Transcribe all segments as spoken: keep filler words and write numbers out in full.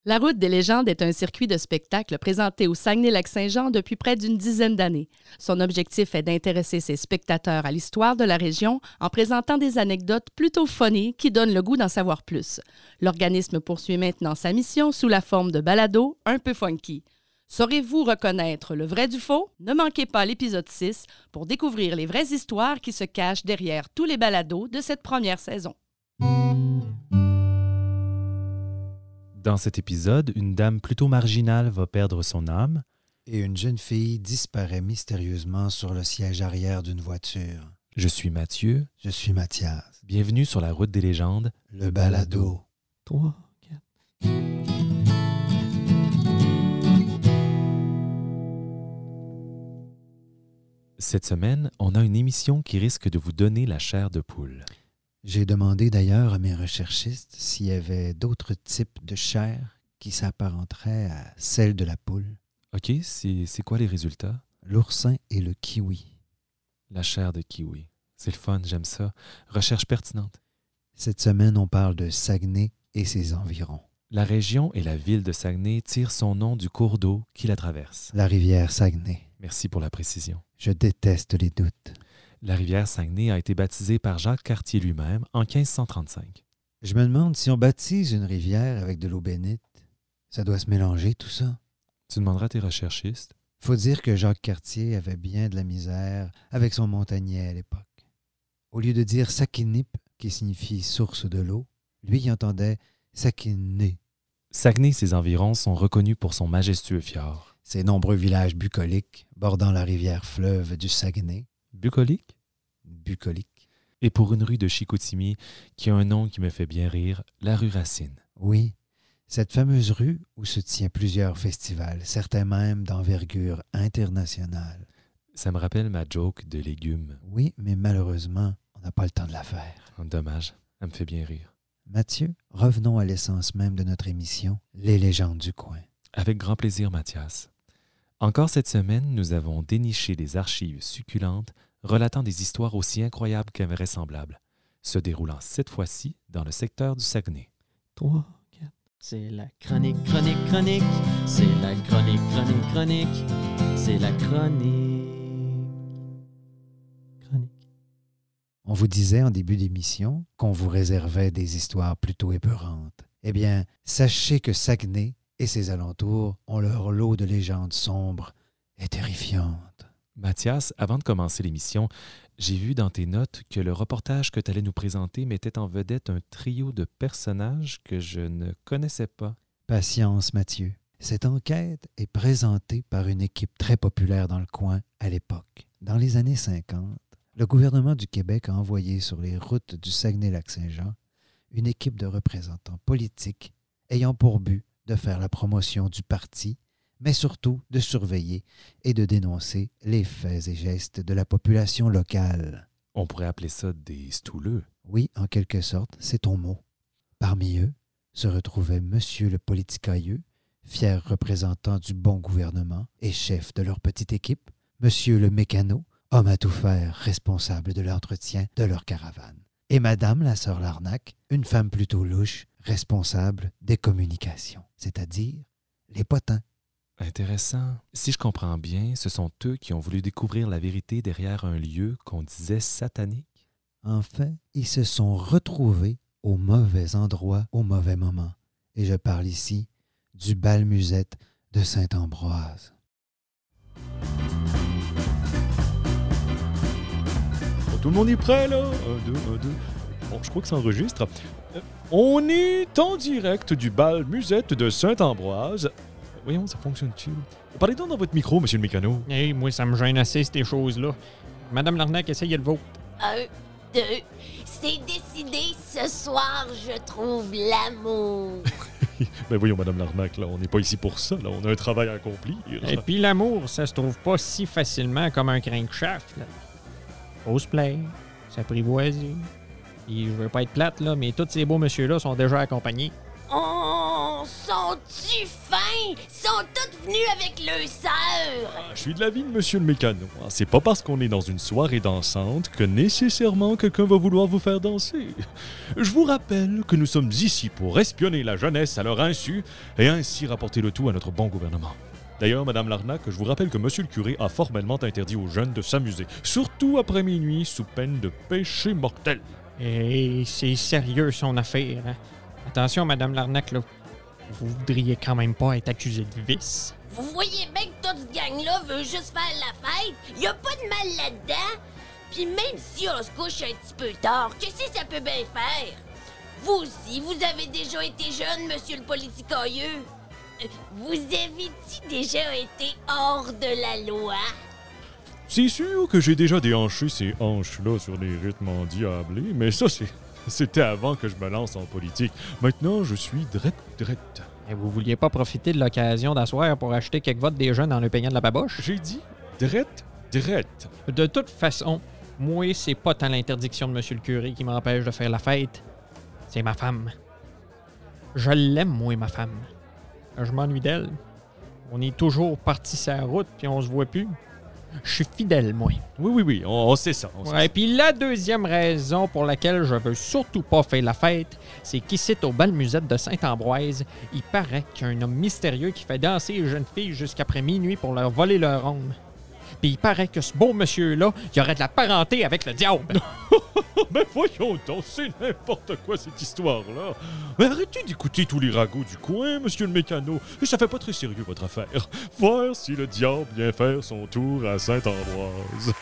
La Route des légendes est un circuit de spectacle présenté au Saguenay-Lac-Saint-Jean depuis près d'une dizaine d'années. Son objectif est d'intéresser ses spectateurs à l'histoire de la région en présentant des anecdotes plutôt funny qui donnent le goût d'en savoir plus. L'organisme poursuit maintenant sa mission sous la forme de balado un peu funky. Saurez-vous reconnaître le vrai du faux? Ne manquez pas l'épisode six pour découvrir les vraies histoires qui se cachent derrière tous les balados de cette première saison. Dans cet épisode, une dame plutôt marginale va perdre son âme. Et une jeune fille disparaît mystérieusement sur le siège arrière d'une voiture. Je suis Mathieu. Je suis Mathias. Bienvenue sur la Route des légendes. Le balado. Trois, quatre. Cette semaine, on a une émission qui risque de vous donner la chair de poule. J'ai demandé d'ailleurs à mes recherchistes s'il y avait d'autres types de chair qui s'apparenteraient à celle de la poule. OK, c'est, c'est quoi les résultats? L'oursin et le kiwi. La chair de kiwi. C'est le fun, j'aime ça. Recherche pertinente. Cette semaine, on parle de Saguenay et ses environs. La région et la ville de Saguenay tirent son nom du cours d'eau qui la traverse. La rivière Saguenay. Merci pour la précision. Je déteste les doutes. La rivière Saguenay a été baptisée par Jacques Cartier lui-même en quinze cent trente-cinq. Je me demande si on baptise une rivière avec de l'eau bénite, ça doit se mélanger tout ça. Tu demanderas à tes recherchistes. Faut dire que Jacques Cartier avait bien de la misère avec son montagnier à l'époque. Au lieu de dire Sakinip, qui signifie source de l'eau, lui il entendait Sakiné. Saguenay et ses environs sont reconnus pour son majestueux fjord. Ses nombreux villages bucoliques bordant la rivière-fleuve du Saguenay. Bucolique? Bucolique. Et pour une rue de Chicoutimi qui a un nom qui me fait bien rire, la rue Racine. Oui, cette fameuse rue où se tient plusieurs festivals, certains même d'envergure internationale. Ça me rappelle ma joke de légumes. Oui, mais malheureusement, on n'a pas le temps de la faire. Oh, dommage, ça me fait bien rire. Mathieu, revenons à l'essence même de notre émission, les légendes du coin. Avec grand plaisir, Mathias. Encore cette semaine, nous avons déniché des archives succulentes relatant des histoires aussi incroyables qu'invraisemblables, se déroulant cette fois-ci dans le secteur du Saguenay. Trois, quatre. C'est la chronique, chronique, chronique. C'est la chronique, chronique, chronique. C'est la chronique. Chronique. On vous disait en début d'émission qu'on vous réservait des histoires plutôt épeurantes. Eh bien, sachez que Saguenay et ses alentours ont leur lot de légendes sombres et terrifiantes. Mathias, avant de commencer l'émission, j'ai vu dans tes notes que le reportage que tu allais nous présenter mettait en vedette un trio de personnages que je ne connaissais pas. Patience, Mathieu. Cette enquête est présentée par une équipe très populaire dans le coin à l'époque. Dans les années cinquante, le gouvernement du Québec a envoyé sur les routes du Saguenay-Lac-Saint-Jean une équipe de représentants politiques ayant pour but de faire la promotion du parti, mais surtout de surveiller et de dénoncer les faits et gestes de la population locale. On pourrait appeler ça des stouleux. Oui, en quelque sorte, c'est ton mot. Parmi eux se retrouvait Monsieur le politicailleux, fier représentant du bon gouvernement et chef de leur petite équipe, Monsieur le mécano, homme à tout faire, responsable de l'entretien de leur caravane, et Madame la sœur Larnac, une femme plutôt louche, responsable des communications, c'est-à-dire les potins. Intéressant. Si je comprends bien, ce sont eux qui ont voulu découvrir la vérité derrière un lieu qu'on disait satanique. En fait, ils se sont retrouvés au mauvais endroit au mauvais moment. Et je parle ici du bal musette de Saint-Ambroise. Tout le monde est prêt, là? Un, deux, un, deux. Bon, je crois que ça enregistre. Euh, on est en direct du bal musette de Saint-Ambroise. Voyons, ça fonctionne-tu? Parlez donc dans votre micro, monsieur le mécano. Hey, moi, ça me gêne assez, ces choses-là. Madame Larnac, essayez le vôtre. Un, deux, c'est décidé, ce soir, je trouve l'amour. Ben voyons, madame Larnac, là, on n'est pas ici pour ça, là. On a un travail à accomplir. Et puis l'amour, ça se trouve pas si facilement comme un crankshaft, là. Faut se plaire, s'apprivoiser. Puis je veux pas être plate, là, mais tous ces beaux messieurs-là sont déjà accompagnés. On Oh, sont-tu fins? Sont toutes venues avec leur sœur? Ah, je suis de l'avis de monsieur le mécano. Ah, c'est pas parce qu'on est dans une soirée dansante que nécessairement quelqu'un va vouloir vous faire danser. Je vous rappelle que nous sommes ici pour espionner la jeunesse à leur insu et ainsi rapporter le tout à notre bon gouvernement. D'ailleurs, Madame Larnac, je vous rappelle que monsieur le curé a formellement interdit aux jeunes de s'amuser, surtout après minuit, sous peine de péché mortel. Et c'est sérieux son affaire. Hein? Attention, Madame Larnac, là. Vous voudriez quand même pas être accusé de vice. Vous voyez bien que toute ce gang-là veut juste faire la fête. Y a pas de mal là-dedans. Puis même si on se couche un petit peu tard, qu'est-ce que ça peut bien faire? Vous aussi, vous avez déjà été jeune, monsieur le politicailleux. Vous avez-tu déjà été hors de la loi? C'est sûr que j'ai déjà déhanché ces hanches-là sur des rythmes endiablés, mais ça, c'est, c'était avant que je me lance en politique. Maintenant, je suis drette, drette. Et vous vouliez pas profiter de l'occasion d'asseoir pour acheter quelques votes des jeunes en leur payant de la baboche? J'ai dit drette, drette. De toute façon, moi, c'est pas tant l'interdiction de monsieur le curé qui m'empêche de faire la fête. C'est ma femme. Je l'aime, moi, ma femme. Je m'ennuie d'elle. On est toujours partis sur la route, puis on se voit plus. Je suis fidèle, moi. Oui, oui, oui, on, on sait ça. On Ouais, puis la deuxième raison pour laquelle je veux surtout pas faire la fête, c'est qu'ici, au bal musette de Saint-Ambroise, il paraît qu'il y a un homme mystérieux qui fait danser les jeunes filles jusqu'après minuit pour leur voler leur ronde. Puis il paraît que ce beau monsieur-là, il aurait de la parenté avec le diable. Mais voyons donc, c'est n'importe quoi cette histoire-là. Mais arrêtez d'écouter tous les ragots du coin, monsieur le mécano. Ça fait pas très sérieux votre affaire. Voir si le diable vient faire son tour à Saint-Ambroise.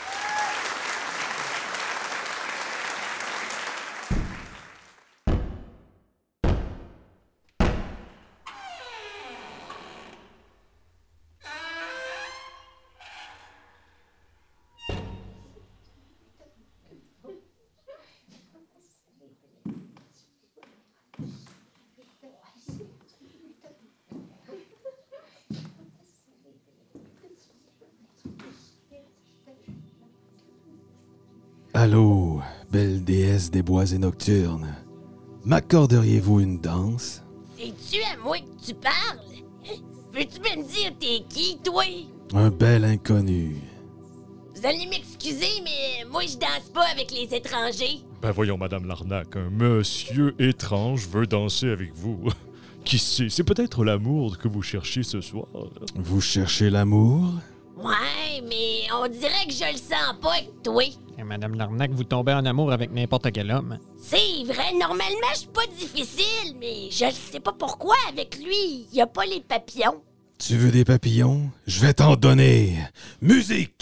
Allô, belle déesse des bois et nocturnes. M'accorderiez-vous une danse? C'est-tu à moi que tu parles? Veux-tu me dire t'es qui, toi? Un bel inconnu. Vous allez m'excuser, mais moi, je danse pas avec les étrangers. Ben voyons, Madame Larnac, un monsieur étrange veut danser avec vous. Qui sait, c'est peut-être l'amour que vous cherchez ce soir. Vous cherchez l'amour? Ouais, mais on dirait que je le sens pas avec toi. Et Madame Larnac, vous tombez en amour avec n'importe quel homme. C'est vrai, normalement, je suis pas difficile, mais je sais pas pourquoi avec lui, il y a pas les papillons. Tu veux des papillons? Je vais t'en donner. Musique!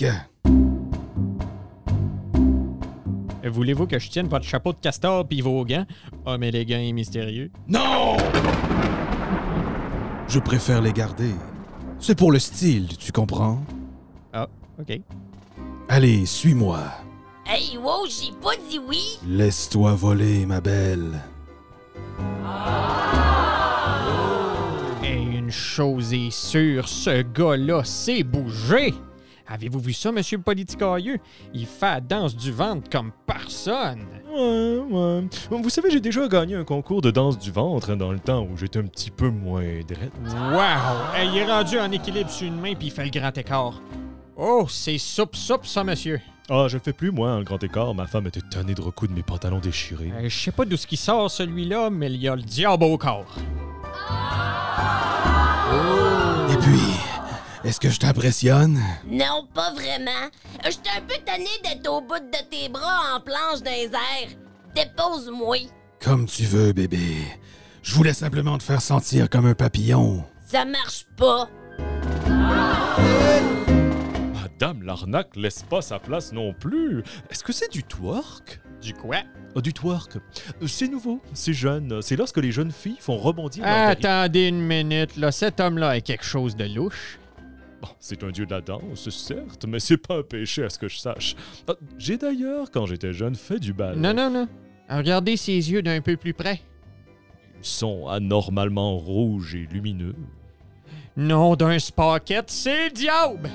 Voulez-vous que je tienne votre chapeau de castor pis vos gants? Homme élégant et mystérieux. Non! Je préfère les garder. C'est pour le style, tu comprends? Ah, OK. Allez, suis-moi. Hey, wow, j'ai pas dit oui. Laisse-toi voler, ma belle. Et une chose est sûre, ce gars-là s'est bougé. Avez-vous vu ça, monsieur le politicailleux? Il fait la danse du ventre comme personne. Ouais, ouais. Vous savez, j'ai déjà gagné un concours de danse du ventre dans le temps où j'étais un petit peu moins drette. Wow! Hey, il est rendu en équilibre sur une main puis il fait le grand écart. Oh, c'est soupe-soupe, ça, monsieur. Ah, je le fais plus, moi, un grand écart. Ma femme était tannée de recoudre mes pantalons déchirés. Euh, je sais pas d'où ce qui sort, celui-là, mais il y a le diable au corps. Et puis, est-ce que je t'impressionne? Non, pas vraiment. J'étais un peu tanné d'être au bout de tes bras en planche dans les airs. Dépose-moi. Comme tu veux, bébé. Je voulais simplement te faire sentir comme un papillon. Ça marche pas. Madame Larnac laisse pas sa place non plus. Est-ce que c'est du twerk? Du quoi? Ah, du twerk. Euh, C'est nouveau, c'est jeune. C'est lorsque les jeunes filles font rebondir leur derrière. Attendez une minute, là. Cet homme-là a quelque chose de louche. Bon, c'est un dieu de la danse, certes, mais c'est pas un péché à ce que je sache. Ah, j'ai d'ailleurs, quand j'étais jeune, fait du bal. Non, non, non. Regardez ses yeux d'un peu plus près. Ils sont anormalement rouges et lumineux. Non, d'un spocket, c'est le diable!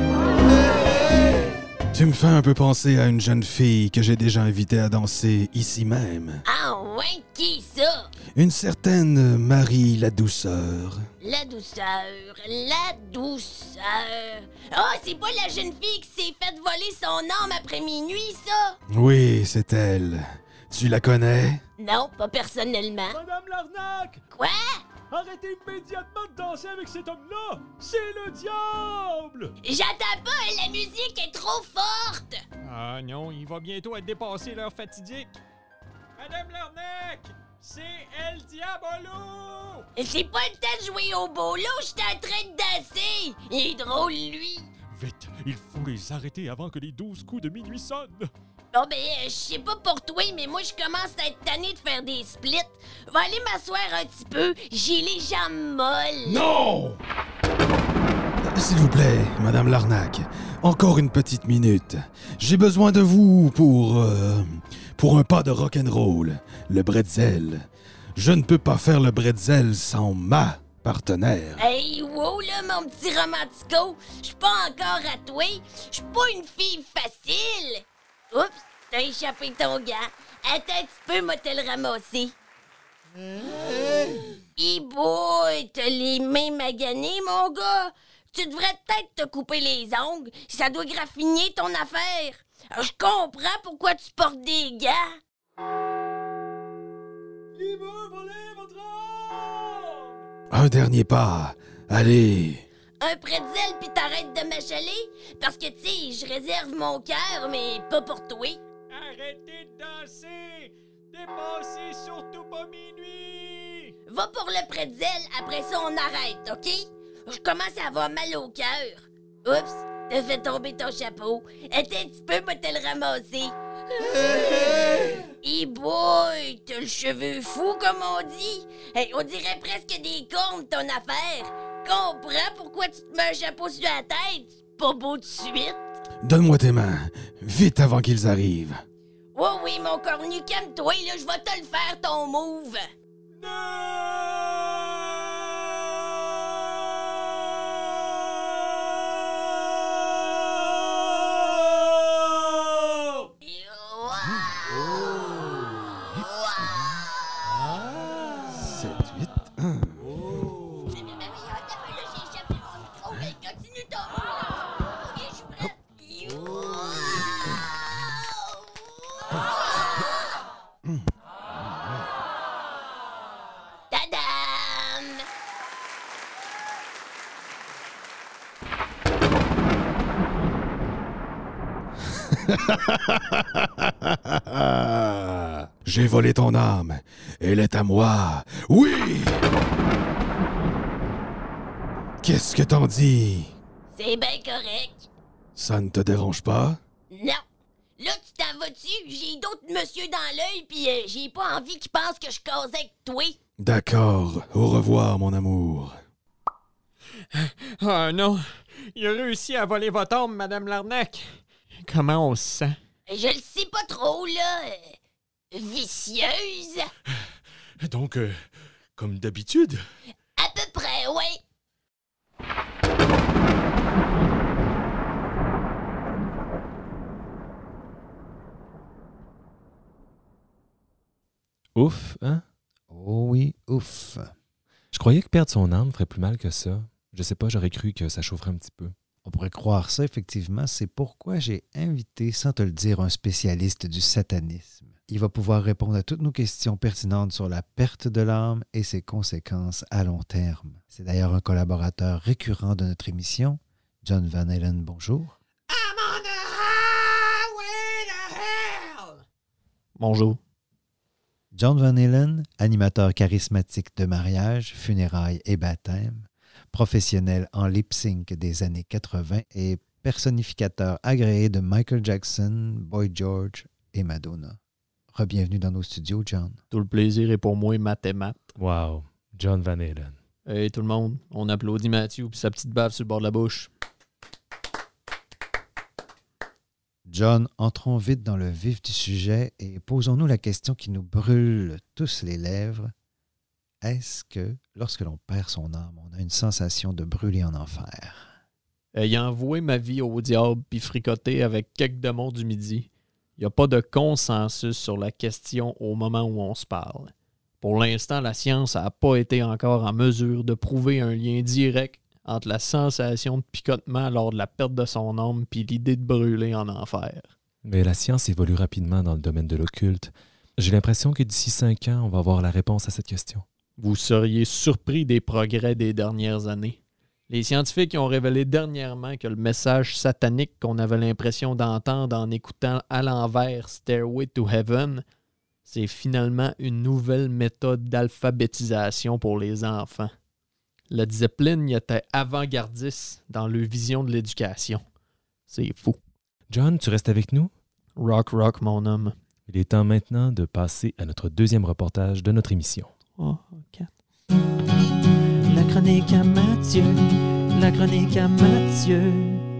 Tu me fais un peu penser à une jeune fille que j'ai déjà invitée à danser ici même. Ah ouais, qui ça? Une certaine Marie la douceur. La douceur, la douceur. Ah, oh, c'est pas la jeune fille qui s'est faite voler son âme après minuit, ça? Oui, c'est elle. Tu la connais? Non, pas personnellement. Madame Larnac! Quoi? Arrêtez immédiatement de danser avec cet homme-là! C'est le diable! J'entends pas, la musique est trop forte! Ah non, il va bientôt être dépassé l'heure fatidique. Madame Larnac, c'est El Diabolo! C'est pas le temps de jouer au bolo, j'étais en train de danser! Il est drôle, lui! Vite, il faut les arrêter avant que les douze coups de minuit sonnent! Bon ben, euh, je sais pas pour toi, mais moi je commence à être tanné de faire des splits. Va aller m'asseoir un petit peu, j'ai les jambes molles. Non! S'il vous plaît, Madame Larnac, encore une petite minute. J'ai besoin de vous pour... euh, pour un pas de rock'n'roll, le bretzel. Je ne peux pas faire le bretzel sans ma partenaire. Hey, wow là, mon petit romantico, je suis pas encore à toi, je suis pas une fille facile. Oups, t'as échappé ton gant. Attends un petit peu, moi te le ramasser. Et boy, t'as les mains maganées, mon gars. Tu devrais peut-être te couper les ongles. Ça doit graffiner ton affaire. Alors, je comprends pourquoi tu portes des gants. Il veut voler votre âme! Un dernier pas. Allez. Un pretzel pis t'arrêtes de m'achaler? Parce que, tu sais, je réserve mon cœur, mais pas pour toi. Arrêtez de danser! Dépassez surtout pas minuit! Va pour le pretzel, après ça on arrête, OK? Je commence à avoir mal au cœur. Oups, t'as fait tomber ton chapeau. Attends un petit peu, moi te le ramasser. Et boy, t'as le cheveu fou, comme on dit. Hey, on dirait presque des cornes, ton affaire. Comprends pourquoi tu te mets un chapeau sur la tête? C'est pas beau de suite. Donne-moi tes mains. Vite avant qu'ils arrivent. Oui, oui, mon cornu, calme-toi, là, je vais te le faire, ton move. sept, huit, un. Continue ton move. Ok, je suis prête. Tadam! J'ai volé ton âme. Elle est à moi. Oui! Qu'est-ce que t'en dis? C'est bien correct. Ça ne te dérange pas? Non. Là, tu t'en vas-tu? J'ai d'autres monsieur dans l'œil, pis euh, j'ai pas envie qu'ils pensent que je cause avec toi. D'accord. Au revoir, mon amour. Ah non, il a réussi à voler votre âme, Madame Larnac. Comment on se sent? Je le sais pas trop, là. euh, vicieuse? Donc, euh, comme d'habitude. À peu près, ouais. Ouf, hein? Oh oui, ouf. Je croyais que perdre son âme ferait plus mal que ça. Je sais pas, j'aurais cru que ça chaufferait un petit peu. On pourrait croire ça, effectivement. C'est pourquoi j'ai invité, sans te le dire, un spécialiste du satanisme. Il va pouvoir répondre à toutes nos questions pertinentes sur la perte de l'âme et ses conséquences à long terme. C'est d'ailleurs un collaborateur récurrent de notre émission. John Van Halen, bonjour. I'm on the highway to hell! Bonjour. John Van Halen, animateur charismatique de mariage, funérailles et baptême, professionnel en lip-sync des années quatre-vingts et personnificateur agréé de Michael Jackson, Boy George et Madonna. Rebienvenue dans nos studios, John. Tout le plaisir est pour moi, Matt et Matt. Wow, John Van Halen. Hey tout le monde, on applaudit Mathieu puis sa petite bave sur le bord de la bouche. John, entrons vite dans le vif du sujet et posons-nous la question qui nous brûle tous les lèvres. Est-ce que, lorsque l'on perd son âme, on a une sensation de brûler en enfer? Ayant voué ma vie au diable puis fricoté avec quelques démons du midi, il n'y a pas de consensus sur la question au moment où on se parle. Pour l'instant, la science n'a pas été encore en mesure de prouver un lien direct entre la sensation de picotement lors de la perte de son âme puis l'idée de brûler en enfer. Mais la science évolue rapidement dans le domaine de l'occulte. J'ai l'impression que d'ici cinq ans, on va avoir la réponse à cette question. Vous seriez surpris des progrès des dernières années. Les scientifiques ont révélé dernièrement que le message satanique qu'on avait l'impression d'entendre en écoutant à l'envers Stairway to Heaven, c'est finalement une nouvelle méthode d'alphabétisation pour les enfants. Le Zeppelin y était avant-gardiste dans leur vision de l'éducation. C'est fou. John, tu restes avec nous? Rock, rock, mon homme. Il est temps maintenant de passer à notre deuxième reportage de notre émission. Oh, quatre. La chronique à Mathieu. La chronique à Mathieu.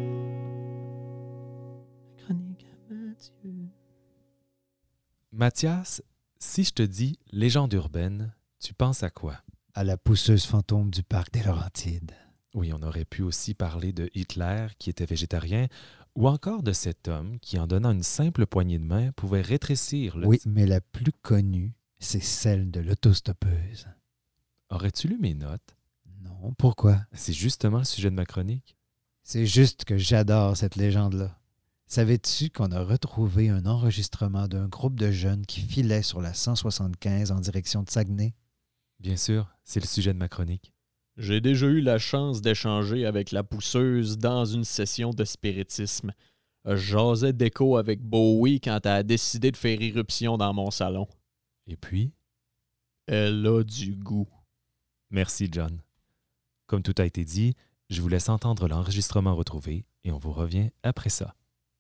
La chronique à Mathieu. Mathias, si je te dis légende urbaine, tu penses à quoi? À la pousseuse fantôme du parc des Laurentides. Oui, on aurait pu aussi parler de Hitler qui était végétarien ou encore de cet homme qui, en donnant une simple poignée de main, pouvait rétrécir le... Oui, mais la plus connue, c'est celle de l'autostoppeuse. Aurais-tu lu mes notes? Non, pourquoi? C'est justement le sujet de ma chronique. C'est juste que j'adore cette légende-là. Savais-tu qu'on a retrouvé un enregistrement d'un groupe de jeunes qui filaient sur la cent soixante-quinze en direction de Saguenay? Bien sûr, c'est le sujet de ma chronique. J'ai déjà eu la chance d'échanger avec la pousseuse dans une session de spiritisme. Je jasais d'écho avec Bowie quand elle a décidé de faire irruption dans mon salon. Et puis? Elle a du goût. Merci, John. Comme tout a été dit, je vous laisse entendre l'enregistrement retrouvé et on vous revient après ça.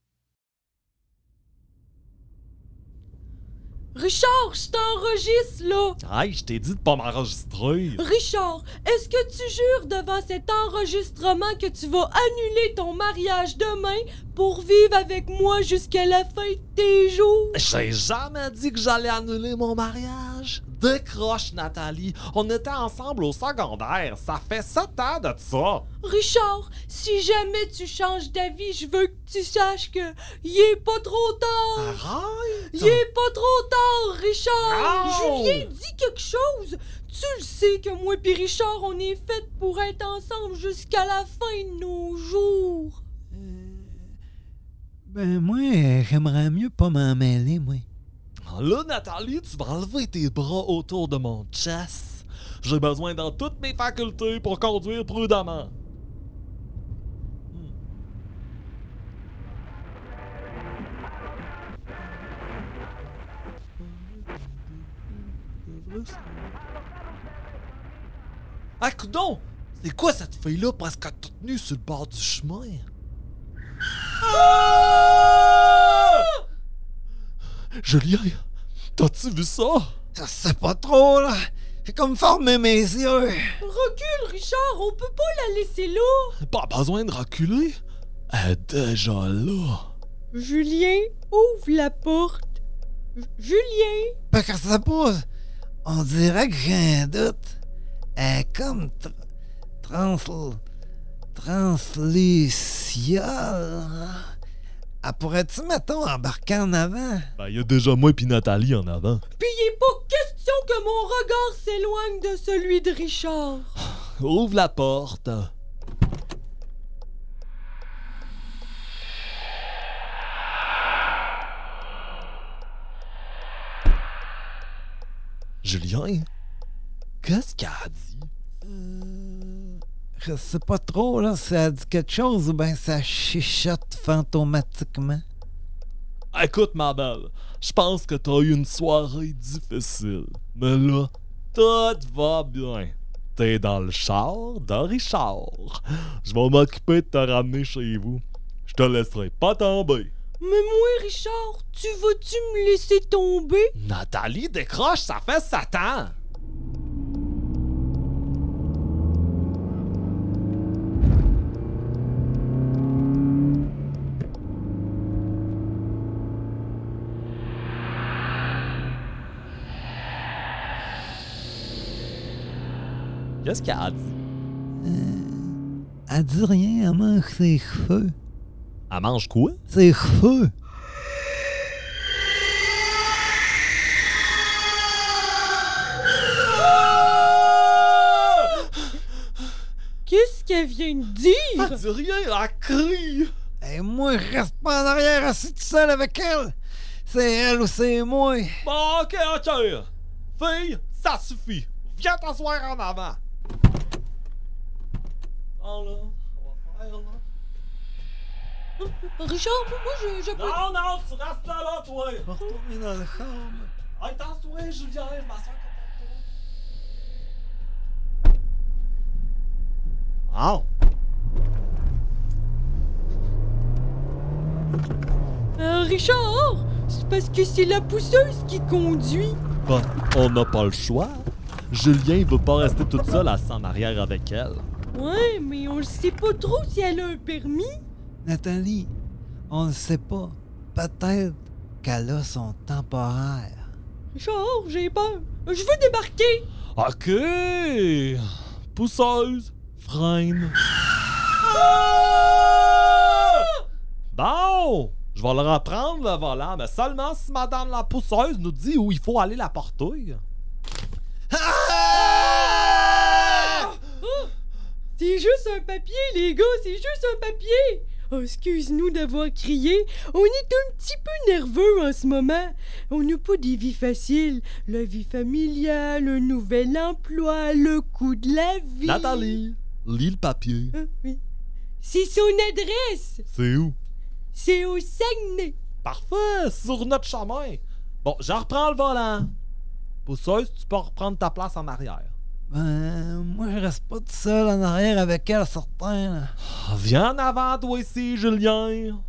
Richard, je t'enregistre, là! Hey, je t'ai dit de pas m'enregistrer! Richard, est-ce que tu jures devant cet enregistrement que tu vas annuler ton mariage demain pour vivre avec moi jusqu'à la fin de tes jours? J'ai jamais dit que j'allais annuler mon mariage! Décroche, Nathalie! On était ensemble au secondaire, ça fait sept ans de ça! Richard, si jamais tu changes d'avis, je veux que tu saches que il est pas trop tard! Arrête! Il est pas trop tard, Richard! Non! Julien dit quelque chose! Tu le sais que moi et Richard, on est fait pour être ensemble jusqu'à la fin de nos jours! Euh, ben moi, j'aimerais mieux pas m'en mêler, moi. Là, Nathalie, tu vas enlever tes bras autour de mon chest. J'ai besoin dans toutes mes facultés pour conduire prudemment. Ah, coudonc! C'est quoi cette fille-là presque toute nue sur le bord du chemin? Ah! Julien, t'as-tu vu ça? Ça se sait pas trop, là. J'ai comme fermé mes yeux. Recule, Richard, on peut pas la laisser là! Pas besoin de reculer. Elle est déjà là. Julien, ouvre la porte. Julien! Ben, quand ça pose, on dirait que j'ai un doute. Elle est comme tr trans... transluciale. Elle pourrait-tu, mettons, embarquer en avant? Ben, y a déjà moi et Nathalie en avant. Puis il est pas question que mon regard s'éloigne de celui de Richard. Ouvre la porte. Julien, qu'est-ce qu'elle a dit? Euh, je sais pas trop, là, si elle dit quelque chose ou bien ça chichote fantomatiquement. Écoute, ma belle, je pense que t'as eu une soirée difficile. Mais là, tout va bien. T'es dans le char de Richard. Je vais m'occuper de te ramener chez vous. Je te laisserai pas tomber. Mais moi, Richard, tu vas-tu me laisser tomber? Nathalie, décroche, ça fait Satan! Qu'est-ce qu'elle a dit? Euh, elle dit rien, elle mange ses cheveux. Elle mange quoi? Ses cheveux. Qu'est-ce qu'elle vient de dire? Elle dit rien, elle crie! Et moi, je reste pas en arrière assis tout seul avec elle. C'est elle ou c'est moi. Bon, ok, ok. Fille, ça suffit. Viens t'asseoir en avant. Bon, là, on va faire, là. Richard, moi, je, je peux... Non, non, tu restes là, là, toi. On va retourner dans le chambre. Hey, t'assois, Julien, je m'assois comme ça. Euh, Richard, c'est parce que c'est la pousseuse qui conduit. Bon, on n'a pas le choix. Julien, il veut pas rester toute seule à en arrière avec elle. Ouais, mais on le sait pas trop si elle a un permis. Nathalie, on ne sait pas. Peut-être qu'elle a son temporaire. Richard, j'ai peur. Je veux débarquer. Ok. Pousseuse, freine. Bon, je vais leur apprendre le volant, mais seulement si madame la pousseuse nous dit où il faut aller la porter. Oh, c'est juste un papier, les gars, c'est juste un papier. Oh, excuse-nous d'avoir crié. On est un petit peu nerveux en ce moment. On n'a pas des vies faciles. La vie familiale, un nouvel emploi, le coût de la vie. Nathalie, lis le papier. Ah, oui. C'est son adresse. C'est où? C'est au Saguenay. Parfait, sur notre chemin. Bon, je reprends le volant. Pousseuse, tu peux reprendre ta place en arrière. Ben, moi, je reste pas tout seul en arrière avec elle, certain. Là. Ah, viens en avant, toi ici, Julien.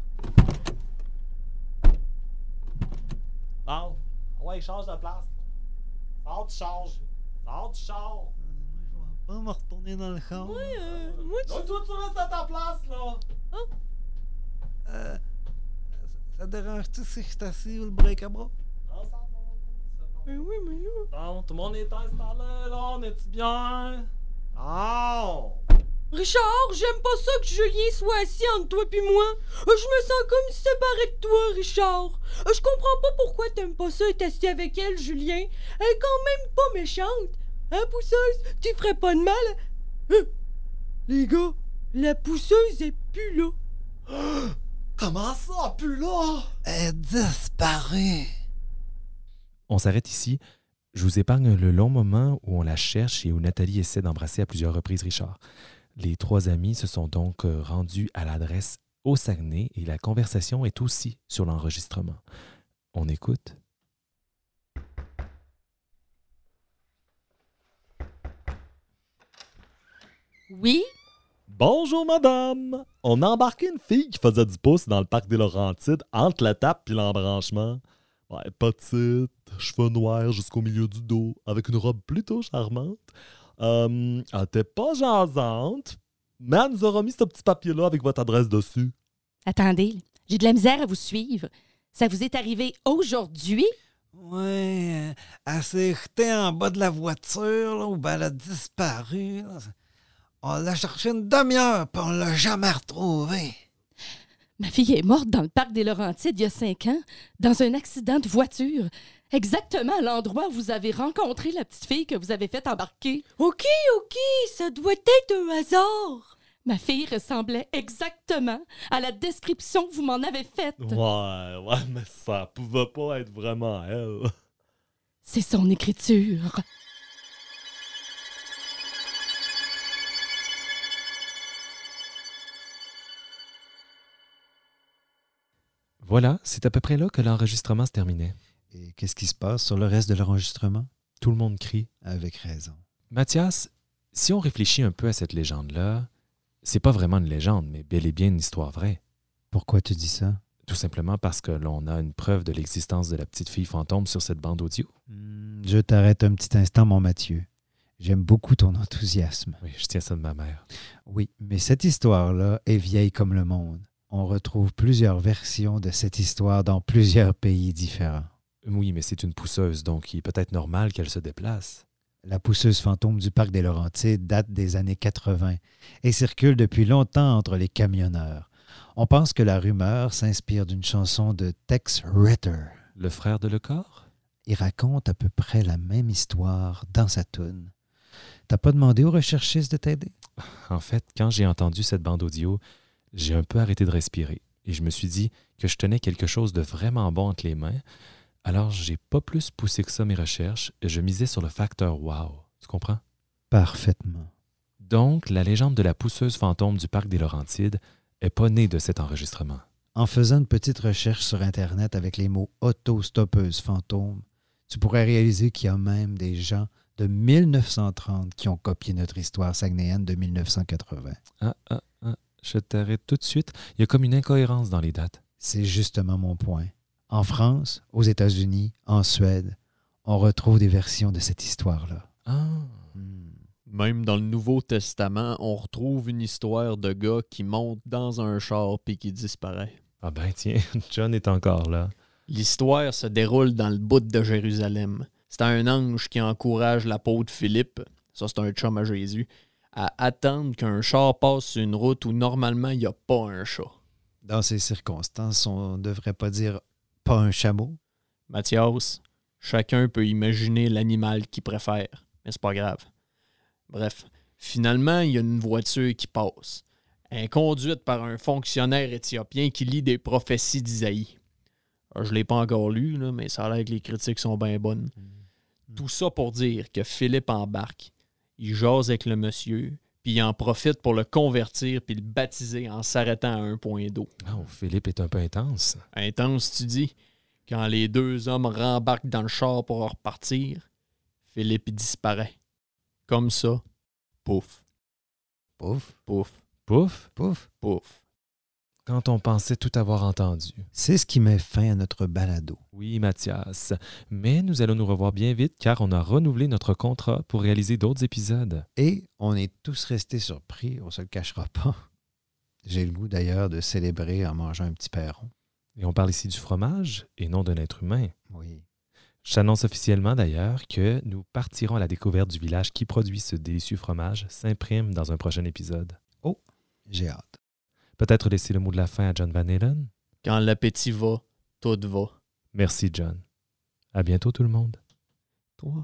Bon, ouais, change de place. Sors, tu changes. Sors, tu changes. Je vais pas me retourner dans le champ. Ouais, euh, moi, tu... Là, toi, tu restes à ta place, là. Euh, ça, ça dérange-tu si je t'assieds ou le break-à-bras? Non, ça va. Ben oui, mais là... Bon, tout le monde est installé, là. On est-tu bien? Oh! Richard, j'aime pas ça que Julien soit assis entre toi puis moi. Euh, Je me sens comme séparé de toi, Richard. Euh, Je comprends pas pourquoi t'aimes pas ça être assis avec elle, Julien. Elle est quand même pas méchante. Hein, pousseuse? Tu ferais pas de mal? Hein? Les gars, la pousseuse est plus là. Comment ça, plus là? Elle est disparue. On s'arrête ici. Je vous épargne le long moment où on la cherche et où Nathalie essaie d'embrasser à plusieurs reprises Richard. Les trois amis se sont donc rendus à l'adresse au Saguenay et la conversation est aussi sur l'enregistrement. On écoute. Oui? Bonjour, madame. On a embarqué une fille qui faisait du pouce dans le parc des Laurentides entre la tape et l'embranchement. Ouais, petite, cheveux noirs jusqu'au milieu du dos, avec une robe plutôt charmante. Euh, elle était pas jasante, mais elle nous a remis ce petit papier-là avec votre adresse dessus. Attendez, j'ai de la misère à vous suivre. Ça vous est arrivé aujourd'hui? Ouais, elle s'est jetée en bas de la voiture, là, où ben elle a disparu. Là. On l'a cherché une demi-heure, puis on l'a jamais retrouvée. Ma fille est morte dans le parc des Laurentides il y a cinq ans, dans un accident de voiture. Exactement à l'endroit où vous avez rencontré la petite fille que vous avez fait embarquer. OK, OK, ça doit être un hasard. Ma fille ressemblait exactement à la description que vous m'en avez faite. Ouais, ouais, mais ça pouvait pas être vraiment elle. C'est son écriture. Voilà, c'est à peu près là que l'enregistrement se terminait. Et qu'est-ce qui se passe sur le reste de l'enregistrement? Tout le monde crie. Avec raison. Mathias, si on réfléchit un peu à cette légende-là, c'est pas vraiment une légende, mais bel et bien une histoire vraie. Pourquoi tu dis ça? Tout simplement parce que l'on a une preuve de l'existence de la petite fille fantôme sur cette bande audio. Hmm, je t'arrête un petit instant, mon Mathieu. J'aime beaucoup ton enthousiasme. Oui, je tiens ça de ma mère. Oui, mais cette histoire-là est vieille comme le monde. On retrouve plusieurs versions de cette histoire dans plusieurs pays différents. Oui, mais c'est une pousseuse, donc il est peut-être normal qu'elle se déplace. La pousseuse fantôme du parc des Laurentides date des années quatre-vingt et circule depuis longtemps entre les camionneurs. On pense que la rumeur s'inspire d'une chanson de Tex Ritter. Le frère de Lecor? Il raconte à peu près la même histoire dans sa toune. T'as pas demandé aux recherchistes de t'aider? En fait, quand j'ai entendu cette bande audio, j'ai un peu arrêté de respirer et je me suis dit que je tenais quelque chose de vraiment bon entre les mains. Alors, j'ai pas plus poussé que ça mes recherches et je misais sur le facteur wow. Tu comprends? Parfaitement. Donc, la légende de la pousseuse fantôme du parc des Laurentides est pas née de cet enregistrement. En faisant une petite recherche sur Internet avec les mots « auto-stoppeuse fantôme », tu pourrais réaliser qu'il y a même des gens de mille neuf cent trente qui ont copié notre histoire saguenayenne de mille neuf cent quatre-vingts. Ah, ah, ah, je t'arrête tout de suite. Il y a comme une incohérence dans les dates. C'est justement mon point. En France, aux États-Unis, en Suède, on retrouve des versions de cette histoire-là. Ah. Hmm. Même dans le Nouveau Testament, on retrouve une histoire de gars qui monte dans un char puis qui disparaît. Ah ben tiens, John est encore là. L'histoire se déroule dans le bout de Jérusalem. C'est un ange qui encourage l'apôtre Philippe, ça c'est un chum à Jésus, à attendre qu'un char passe sur une route où normalement il n'y a pas un chat. Dans ces circonstances, on ne devrait pas dire « pas un chameau ». Mathias, chacun peut imaginer l'animal qu'il préfère, mais c'est pas grave. Bref, finalement, il y a une voiture qui passe. Elle est conduite par un fonctionnaire éthiopien qui lit des prophéties d'Isaïe. Alors, je ne l'ai pas encore lu, là, mais ça a l'air que les critiques sont bien bonnes. Mmh. Tout ça pour dire que Philippe embarque. Il jase avec le monsieur, puis il en profite pour le convertir puis le baptiser en s'arrêtant à un point d'eau. Oh, Philippe est un peu intense. Intense, tu dis? Quand les deux hommes rembarquent dans le char pour repartir, Philippe disparaît. Comme ça, pouf, Pouf, pouf, Pouf, pouf. pouf. quand on pensait tout avoir entendu. C'est ce qui met fin à notre balado. Oui, Mathias, mais nous allons nous revoir bien vite car on a renouvelé notre contrat pour réaliser d'autres épisodes. Et on est tous restés surpris, on se le cachera pas. J'ai le goût d'ailleurs de célébrer en mangeant un petit perron. Et on parle ici du fromage et non d'un être humain. Oui. J'annonce officiellement d'ailleurs que nous partirons à la découverte du village qui produit ce délicieux fromage s'imprime dans un prochain épisode. Oh, j'ai hâte. Peut-être laisser le mot de la fin à John Van Halen? Quand l'appétit va, tout va. Merci, John. À bientôt, tout le monde. Toi.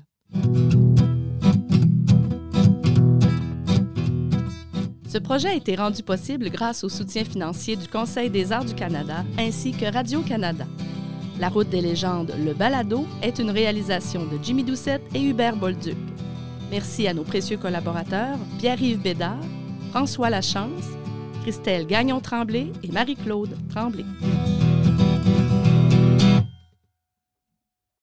Ce projet a été rendu possible grâce au soutien financier du Conseil des arts du Canada ainsi que Radio-Canada. La route des légendes, le balado, est une réalisation de Jimmy Doucette et Hubert Bolduc. Merci à nos précieux collaborateurs Pierre-Yves Bédard, François Lachance, Christelle Gagnon-Tremblay et Marie-Claude Tremblay.